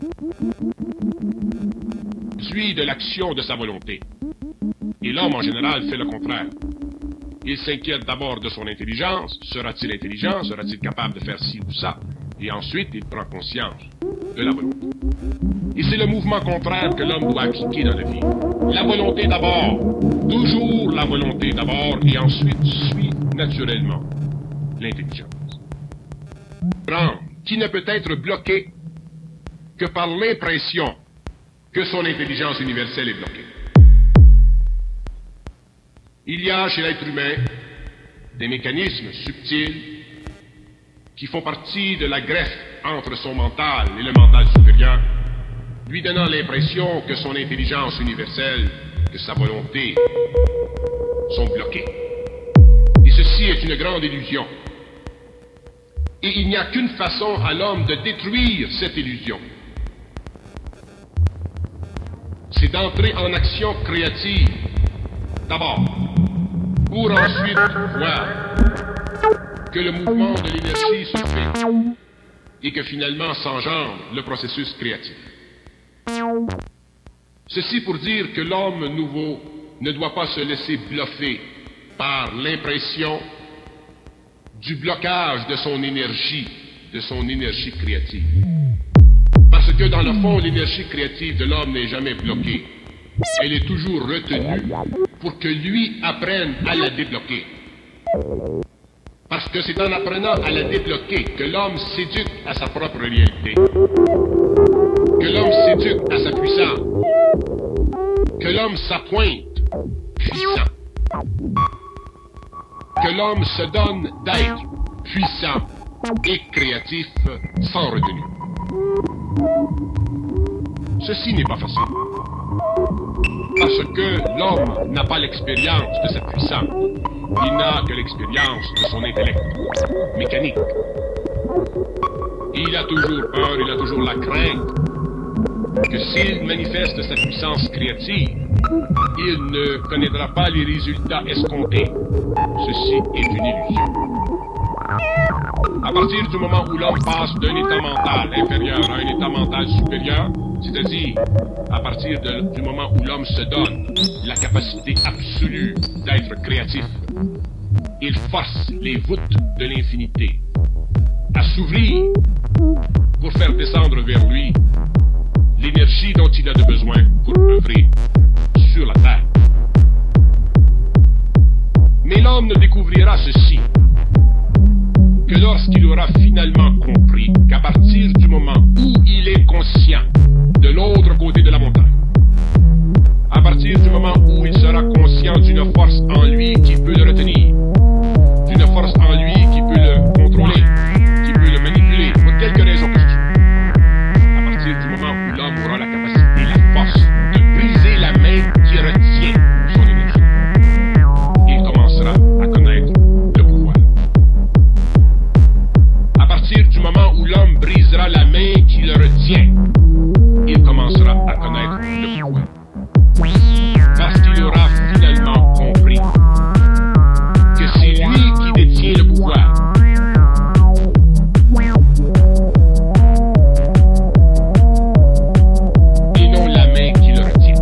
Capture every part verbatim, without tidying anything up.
Suit de l'action de sa volonté. Et l'homme, en général, fait le contraire. Il s'inquiète d'abord de son intelligence. Sera-t-il intelligent? Sera-t-il capable de faire ci ou ça? Et ensuite, il prend conscience de la volonté. Et c'est le mouvement contraire que l'homme doit appliquer dans la vie. La volonté d'abord. Toujours la volonté d'abord. Et ensuite suit naturellement l'intelligence. Brand, qui ne peut être bloqué que par l'impression que son intelligence universelle est bloquée. Il y a chez l'être humain des mécanismes subtils qui font partie de la greffe entre son mental et le mental supérieur, lui donnant l'impression que son intelligence universelle, que sa volonté sont bloquées. Et ceci est une grande illusion. Et il n'y a qu'une façon à l'homme de détruire cette illusion. C'est d'entrer en action créative, d'abord, pour ensuite voir que le mouvement de l'énergie se fait et que finalement s'engendre le processus créatif. Ceci pour dire que l'homme nouveau ne doit pas se laisser bluffer par l'impression du blocage de son énergie, de son énergie créative. Parce que dans le fond, l'énergie créative de l'homme n'est jamais bloquée. Elle est toujours retenue pour que lui apprenne à la débloquer. Parce que c'est en apprenant à la débloquer que l'homme s'éduque à sa propre réalité. Que l'homme s'éduque à sa puissance. Que l'homme s'appointe puissant. Que l'homme se donne d'être puissant et créatif sans retenue. Ceci n'est pas facile. Parce que l'homme n'a pas l'expérience de sa puissance. Il n'a que l'expérience de son intellect mécanique. Il a toujours peur, il a toujours la crainte que s'il manifeste sa puissance créative, il ne connaîtra pas les résultats escomptés. Ceci est une illusion. À partir du moment où l'homme passe d'un état mental inférieur à un état mental supérieur, c'est-à-dire à partir de, du moment où l'homme se donne la capacité absolue d'être créatif, il force les voûtes de l'infinité à s'ouvrir pour faire descendre vers lui l'énergie dont il a de besoin pour œuvrer sur la terre. Mais l'homme ne découvrira ceci que lorsqu'il aura finalement compris qu'à partir du moment où il est conscient de l'autre côté de la montagne, à partir du moment où il sera conscient d'une force en lui qui peut le retenir, d'une force en lui qui peut le contrôler, qui peut le manipuler, pour quelque raison que ce soit, à partir du moment où l'homme aura la capacité, la force de briser la main qui retient son énergie, il commencera à connaître le pouvoir. À partir du moment où l'homme brisera la main qui le retient, il commencera à connaître le pouvoir. Parce qu'il aura finalement compris que c'est lui qui détient le pouvoir. Et non la main qui le retient.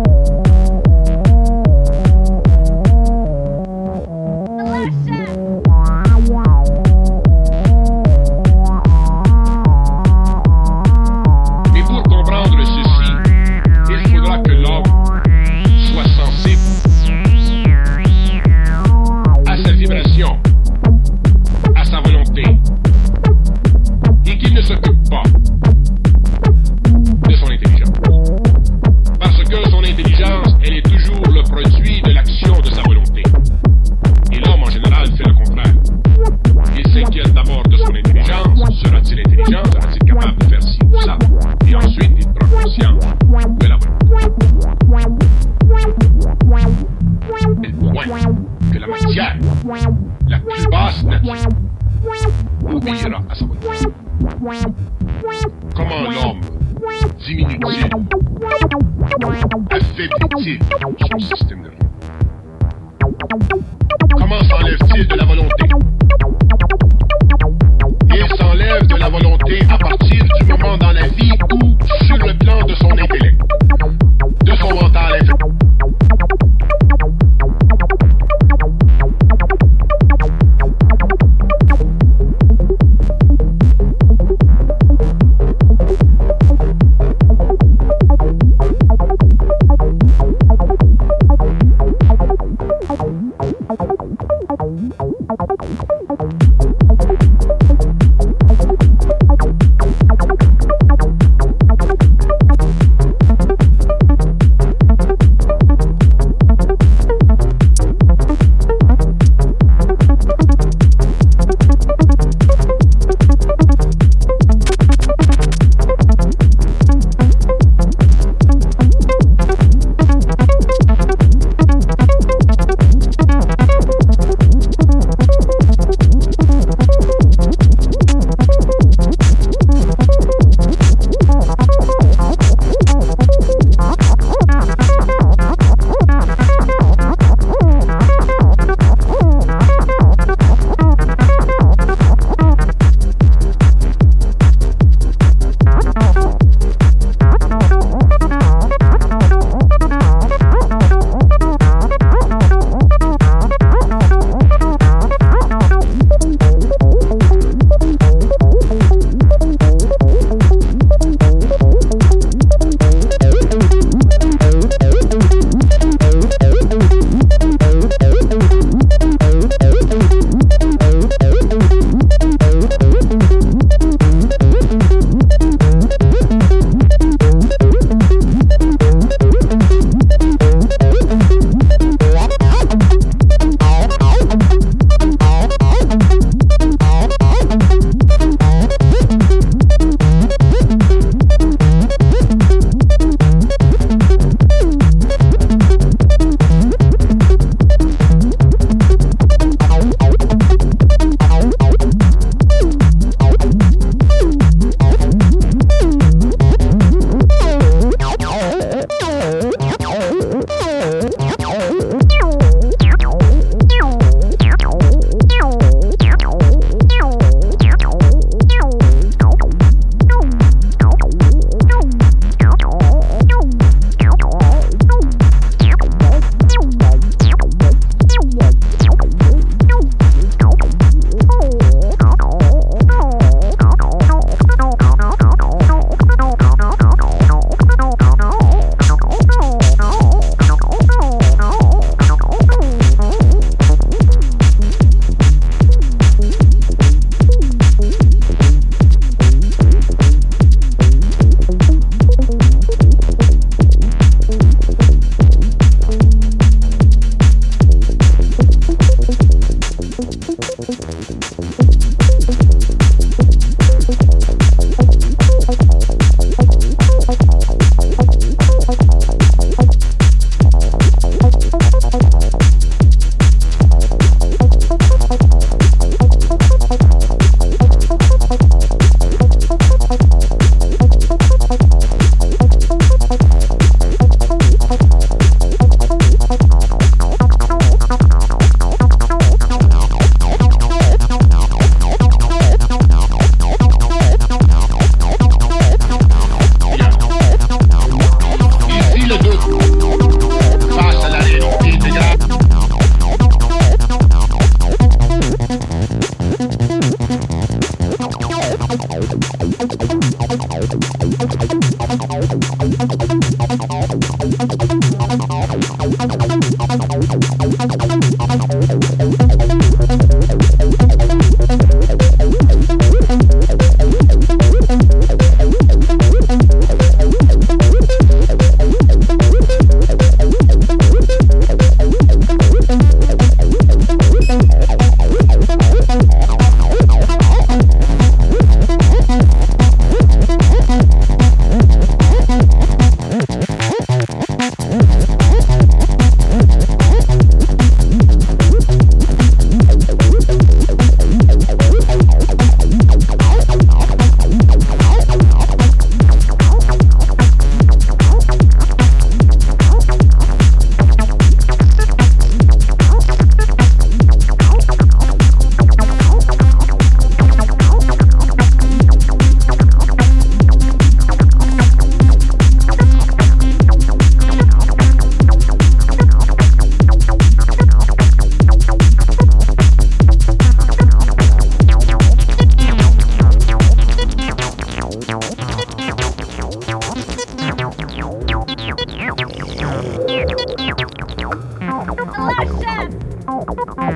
Mais pour comprendre ceci, il faudra que l'homme soit sensible à sa vibration, à sa volonté, et qu'il ne s'occupe pas de son intelligence. Parce que son intelligence, elle est toujours le produit de l'action de sa volonté. Et l'homme, en général, fait le contraire. Il s'inquiète d'abord de son intelligence. Sera-t-il intelligent? Sera-t-il capable de faire ci ou ça? Et ensuite, il prend conscience de la volonté. Elle point que la matière, la plus basse nature, obéira à sa volonté. Comment l'homme diminue-t-il, affaiblit-il son système nerveux? Comment s'enlève-t-il de la volonté? Il s'enlève de la volonté à partir du moment dans la vie où sur le plan de son intellect, de son mental inférieur.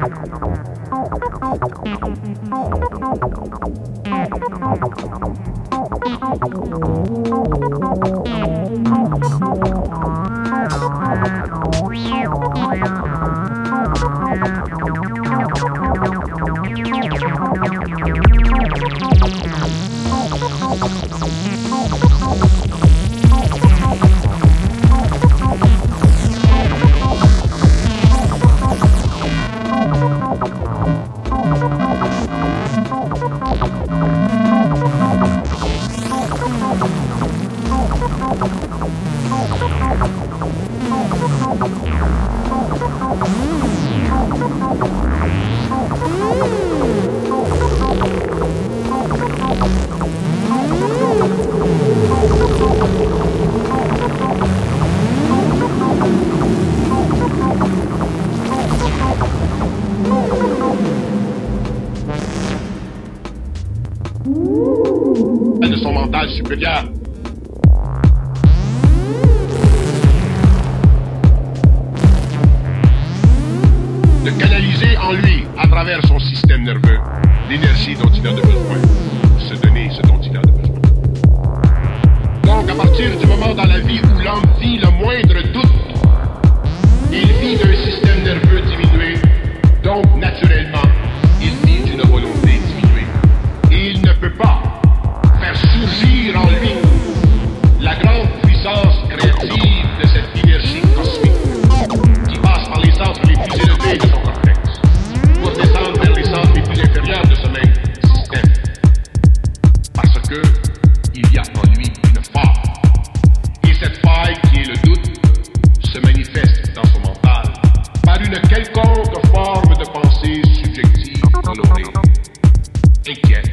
De son mental supérieur. De canaliser en lui, à travers son système nerveux, l'énergie dont il a de besoin. Se donner ce dont il a de besoin. Donc, à partir du moment dans la vie où l'homme vit le moindre doute, il vit d'un système nerveux diminué. Donc, naturellement, il vit d'une volonté diminuée. Et il ne peut pas faire surgir en lui la grande puissance créative de cette énergie cosmique qui passe par les centres les plus élevés de son cortex pour descendre vers les centres les plus inférieurs de ce même système. Parce que il y a en lui une faille. Et cette faille, qui est le doute, se manifeste dans son mental par une quelconque forme de pensée subjective, colorée, inquiète.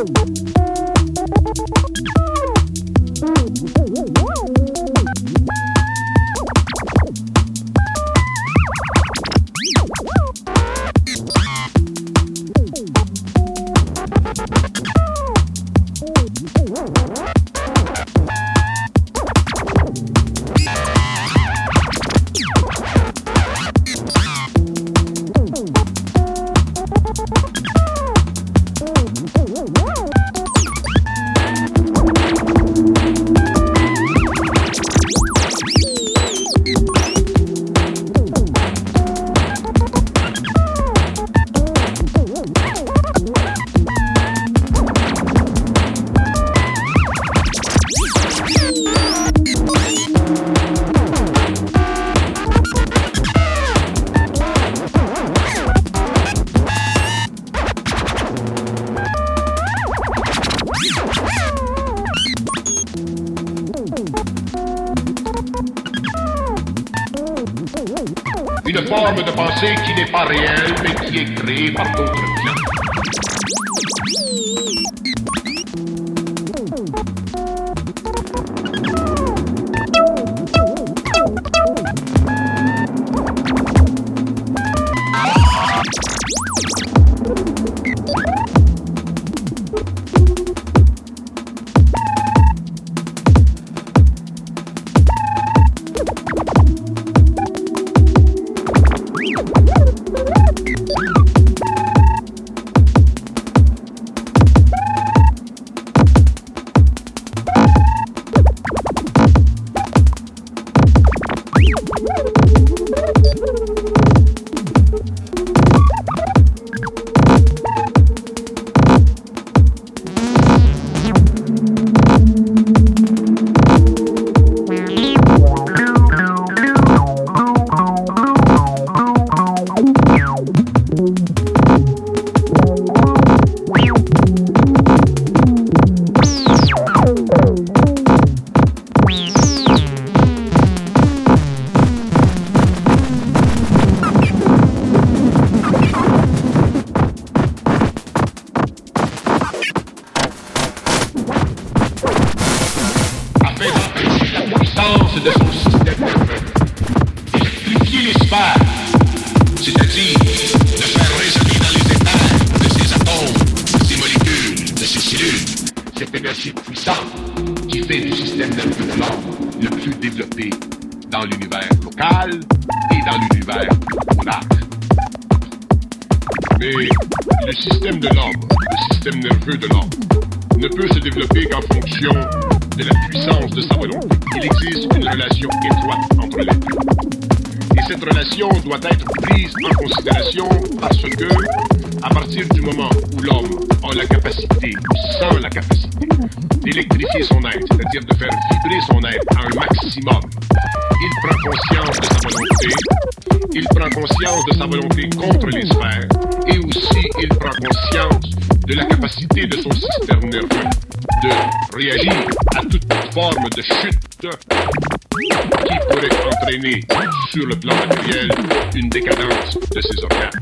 Une forme de pensée qui n'est pas réelle, mais qui est créée par d'autres gens. De son système nerveux, d'électrifier les sphères, c'est-à-dire de faire résonner dans les éthers de ces atomes, de ces molécules, de ces cellules, cette énergie puissante qui fait du système nerveux de l'homme le plus développé dans l'univers local et dans l'univers au large. Mais le système de l'homme, le système nerveux de l'homme, ne peut se développer qu'en fonction de la puissance de sa volonté. Il existe une relation étroite entre les deux. Et cette relation doit être prise en considération parce que, à partir du moment où l'homme a la capacité, sent la capacité, d'électrifier son être, c'est-à-dire de faire vibrer son être à un maximum, il prend conscience de sa volonté, il prend conscience de sa volonté contre les sphères, et aussi il prend conscience de la capacité de son système nerveux de réagir à toute forme de chute qui pourrait entraîner sur le plan matériel une décadence de ses organes.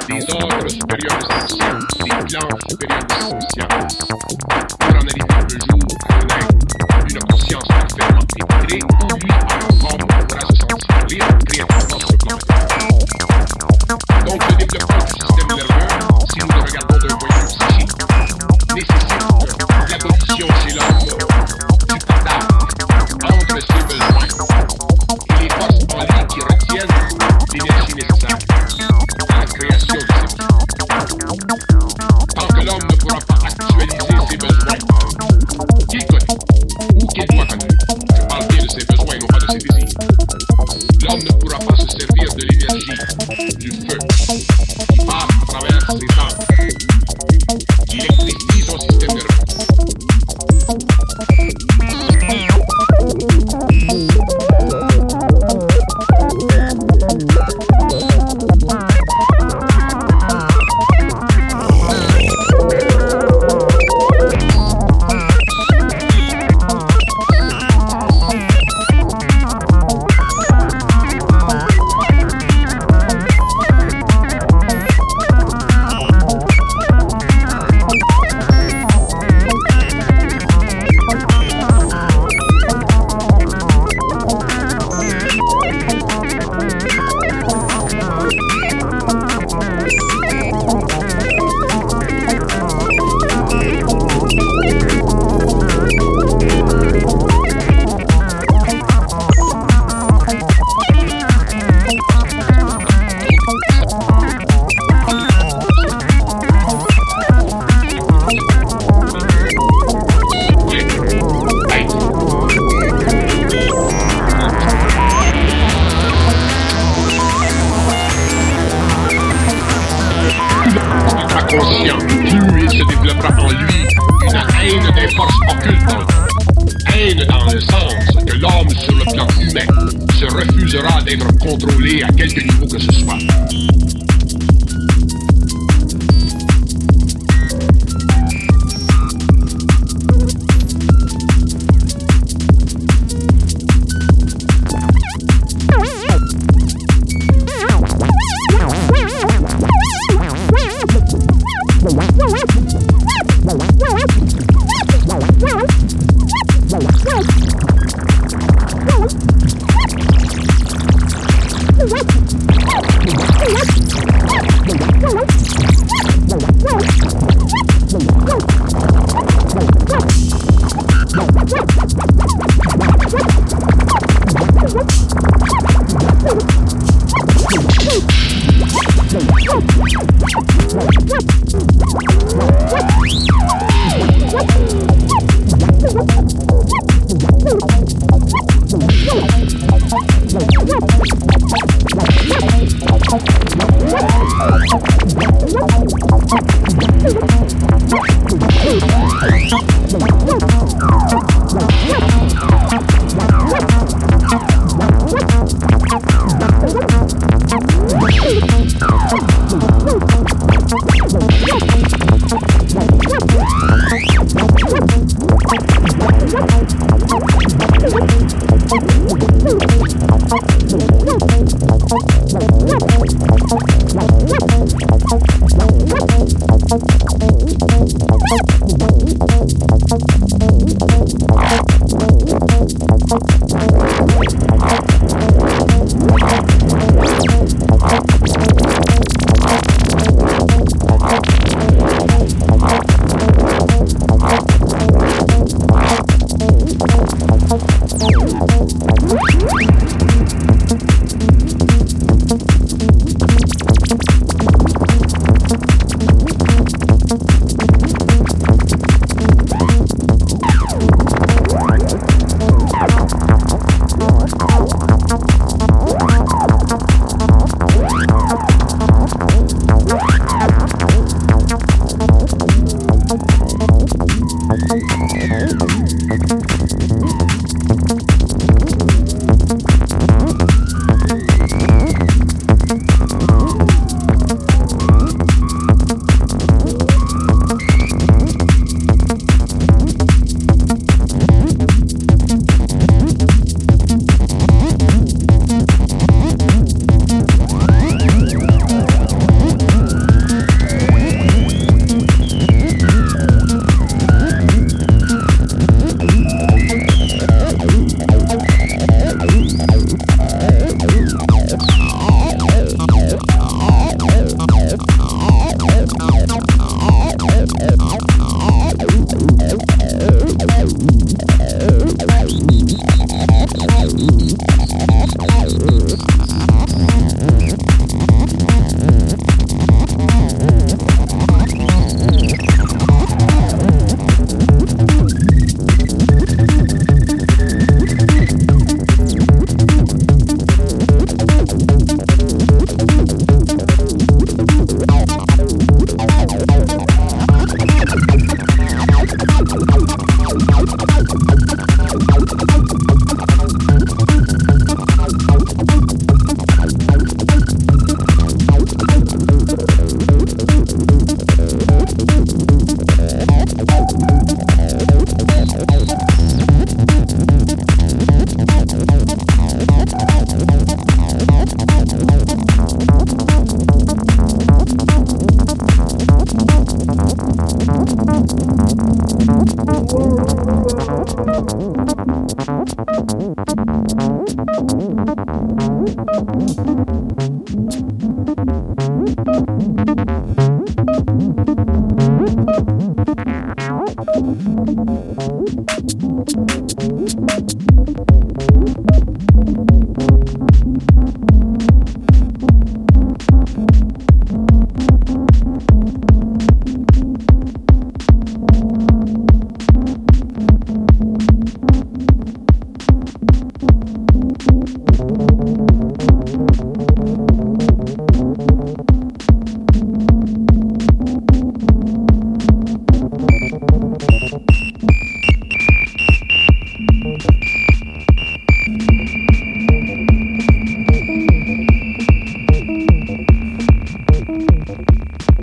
des ordres supérieurs de section, des plans supérieurs de conscience, pour en arriver un jour à connaître une conscience parfaitement éclairée où lui, en homme, pourra se sentir libre créativement sur le plan matériel. Donc le développement du système nerveux, si nous le regardons d'un point de vue psychique, nécessite l'abolition chez l'homme du partage entre ses besoins et les forces en lui qui retiennent l'énergie nécessaire à la création de ses besoins. Tant que l'homme ne pourra pas actualiser ses besoins, qu'il connaît ou qu'il doit connaître, je parle bien de ses besoins et non pas de ses désirs, l'homme ne pourra pas se servir de l'énergie du feu qui passe à travers ses dents, qui électrifie son système nerveux. Conscient, plus il se développera en lui une haine des forces occultes. Haine dans le sens que l'homme sur le plan humain se refusera d'être contrôlé à quelque niveau que ce soit.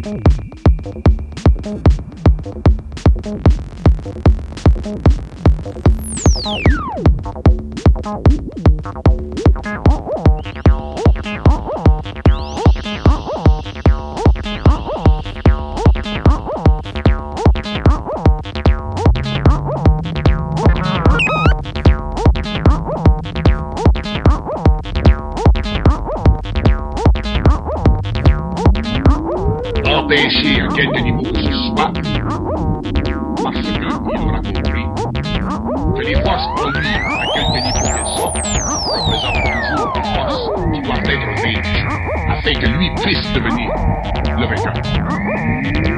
Empêcher à quelque niveau que ce soit, parce qu'il aura compris que les forces produites à quelque niveau qu'elles sont représentent toujours des forces qui doivent être vaincues afin que lui puisse devenir le vainqueur.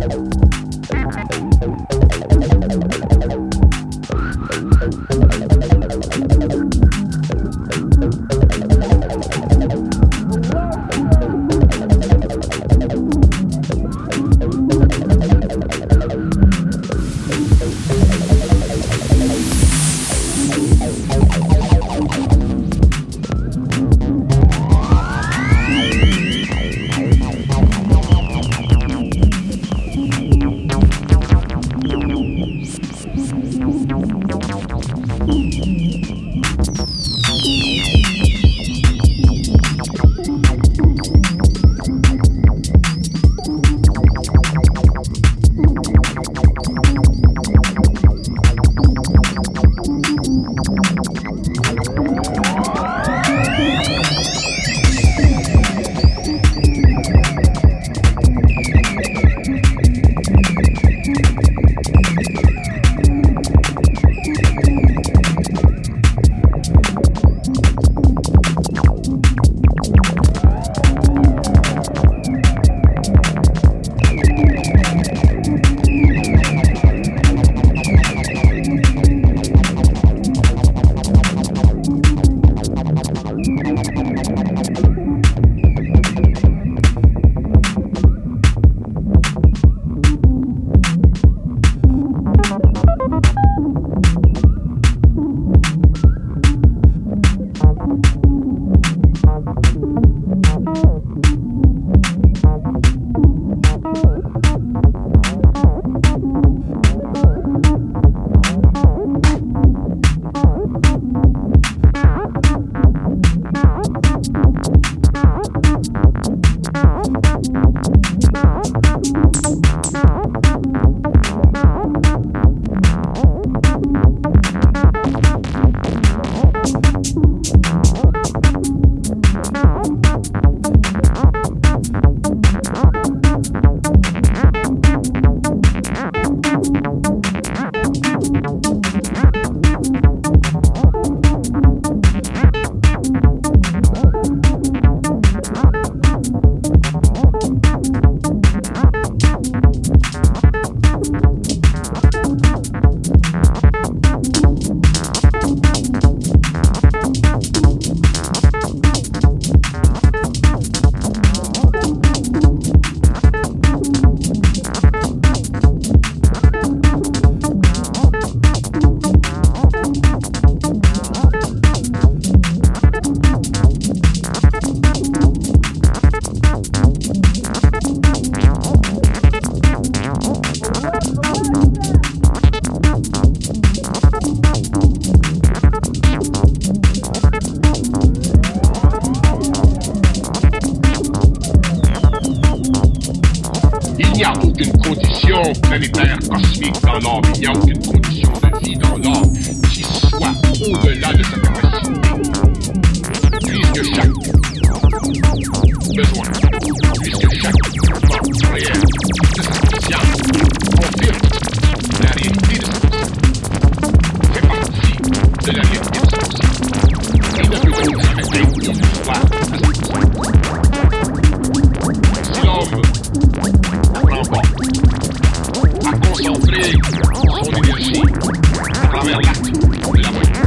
planétaire, cosmique dans l'âme. Il n'y a aucune condition de vie dans l'âme qui soit au-delà de sa capacité. Puisque chaque besoin, puisque chaque mouvement réel de sa conscience confirme la réalité de sa conscience, fait partie de la réalité de sa conscience. Il ne peut donc jamais être illusoire à sa conscience. Si l'homme n'apprend pas à concentrer son énergie à travers l'acte de la moitié,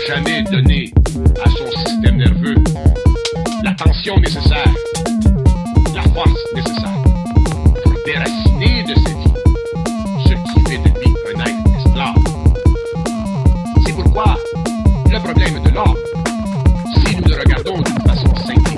jamais donné à son système nerveux l'attention nécessaire, la force nécessaire pour déraciner de sa vie ce qui fait de lui un être esclave. C'est pourquoi le problème de l'homme, si nous le regardons d'une façon simpliste,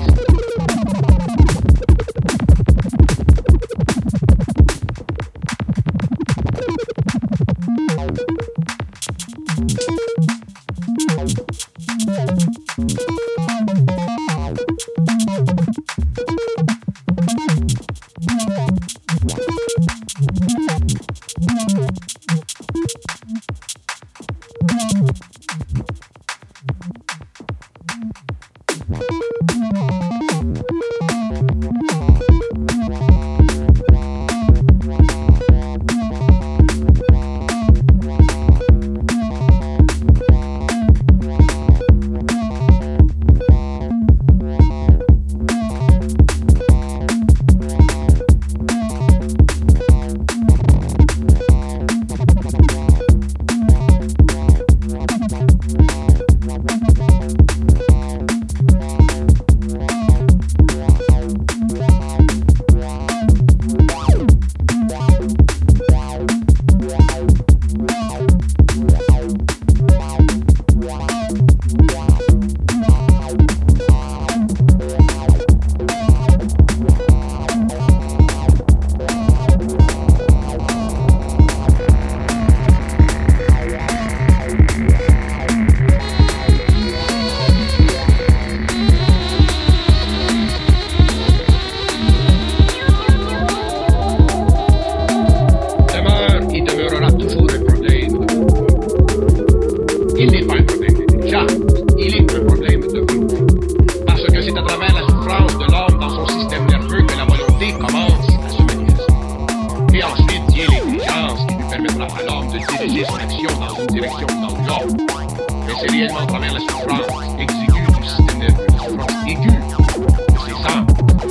il n'est pas un problème d'intelligence, il est un problème de volonté. Parce que c'est à travers la souffrance de l'homme dans son système nerveux que la volonté commence à se manifester. Et ensuite vient l'intelligence qui lui permettra à l'homme de diriger son action dans une direction ou dans une autre. Mais c'est réellement à travers la souffrance exiguë du système nerveux, la souffrance aiguë de ses sens,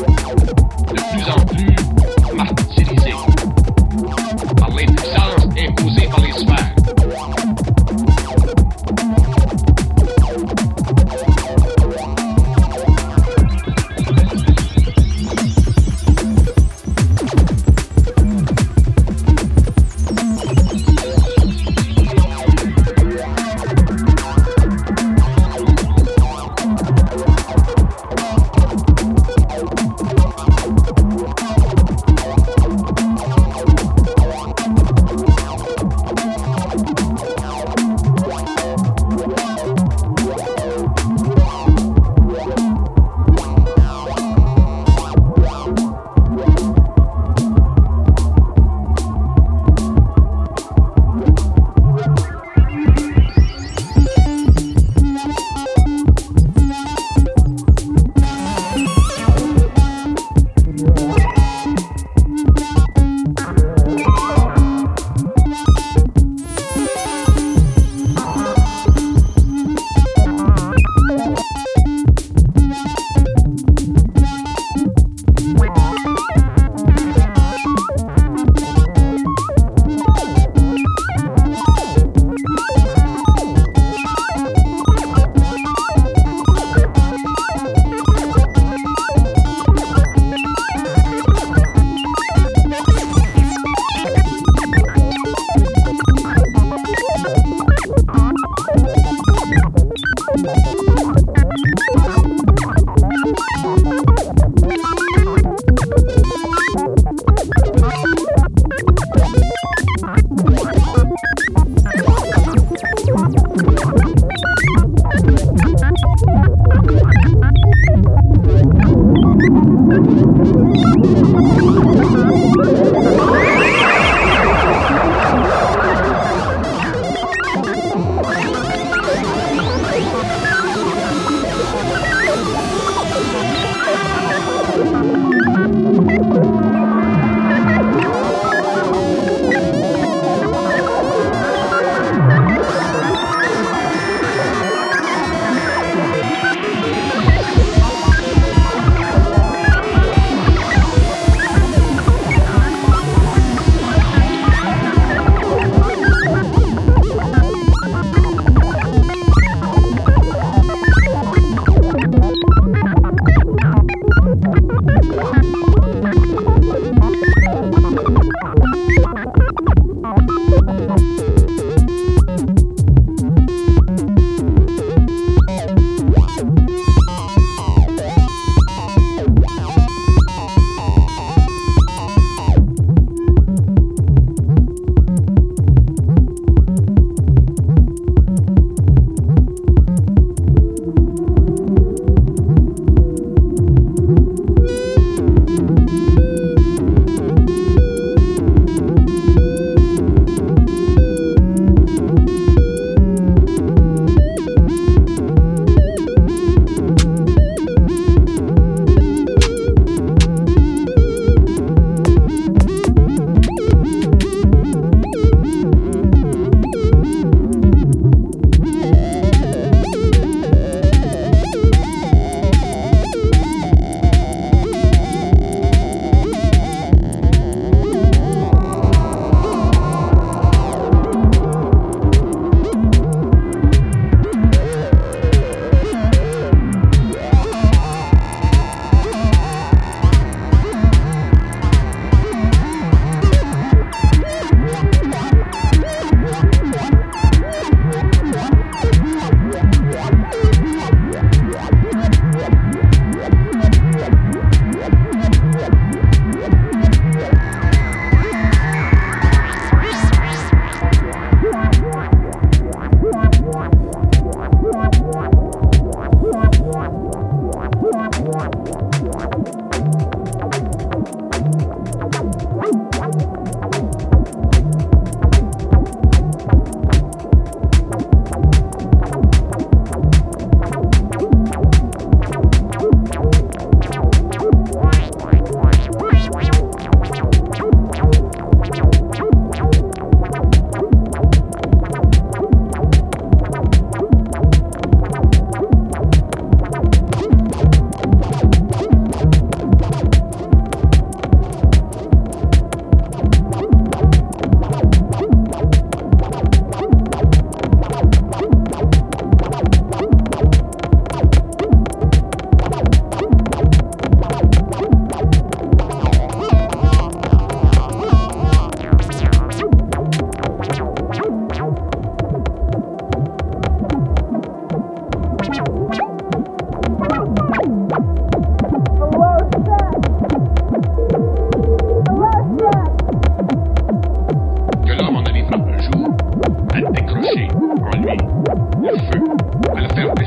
de plus en plus martyrisés par l'impuissance imposée par les sphères.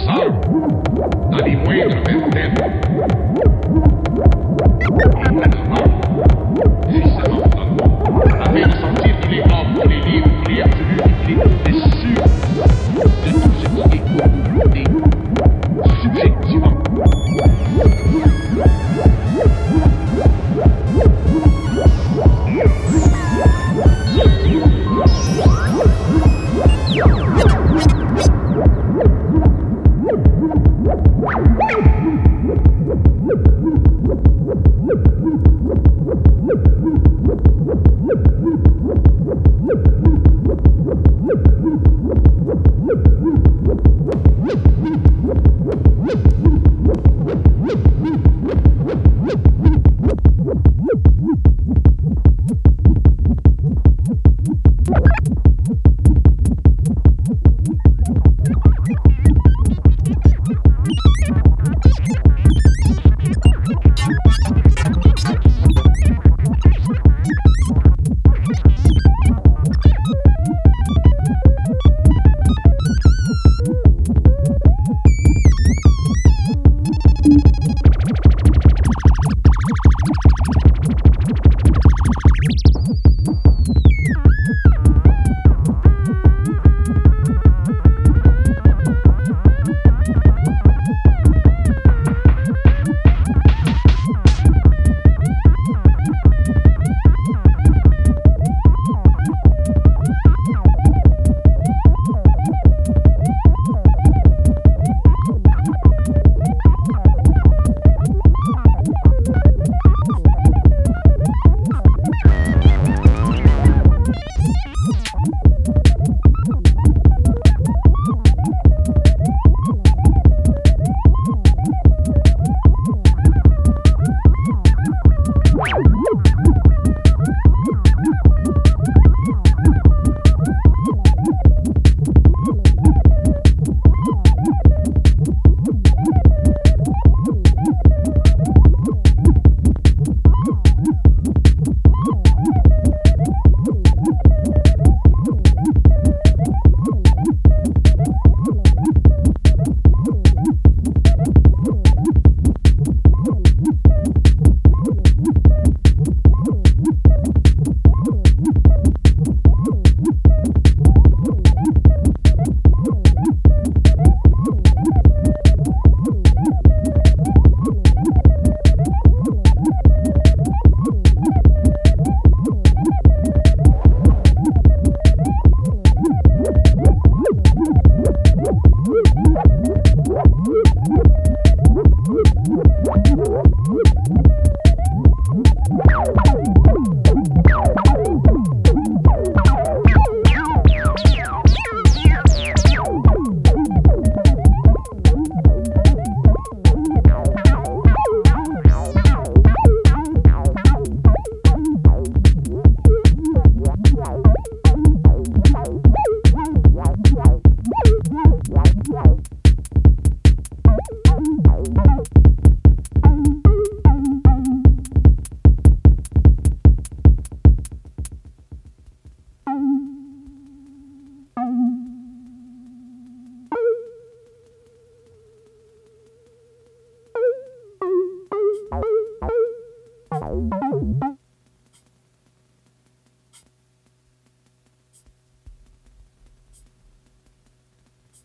sang dans les moindres vertèbres. Et maintenant, puissamment dans le afin de sentir qu'il est homme, qu'il est libre, qu'il est absolu et qu'il est sûr de tout ce qui est subjectivement. Bye.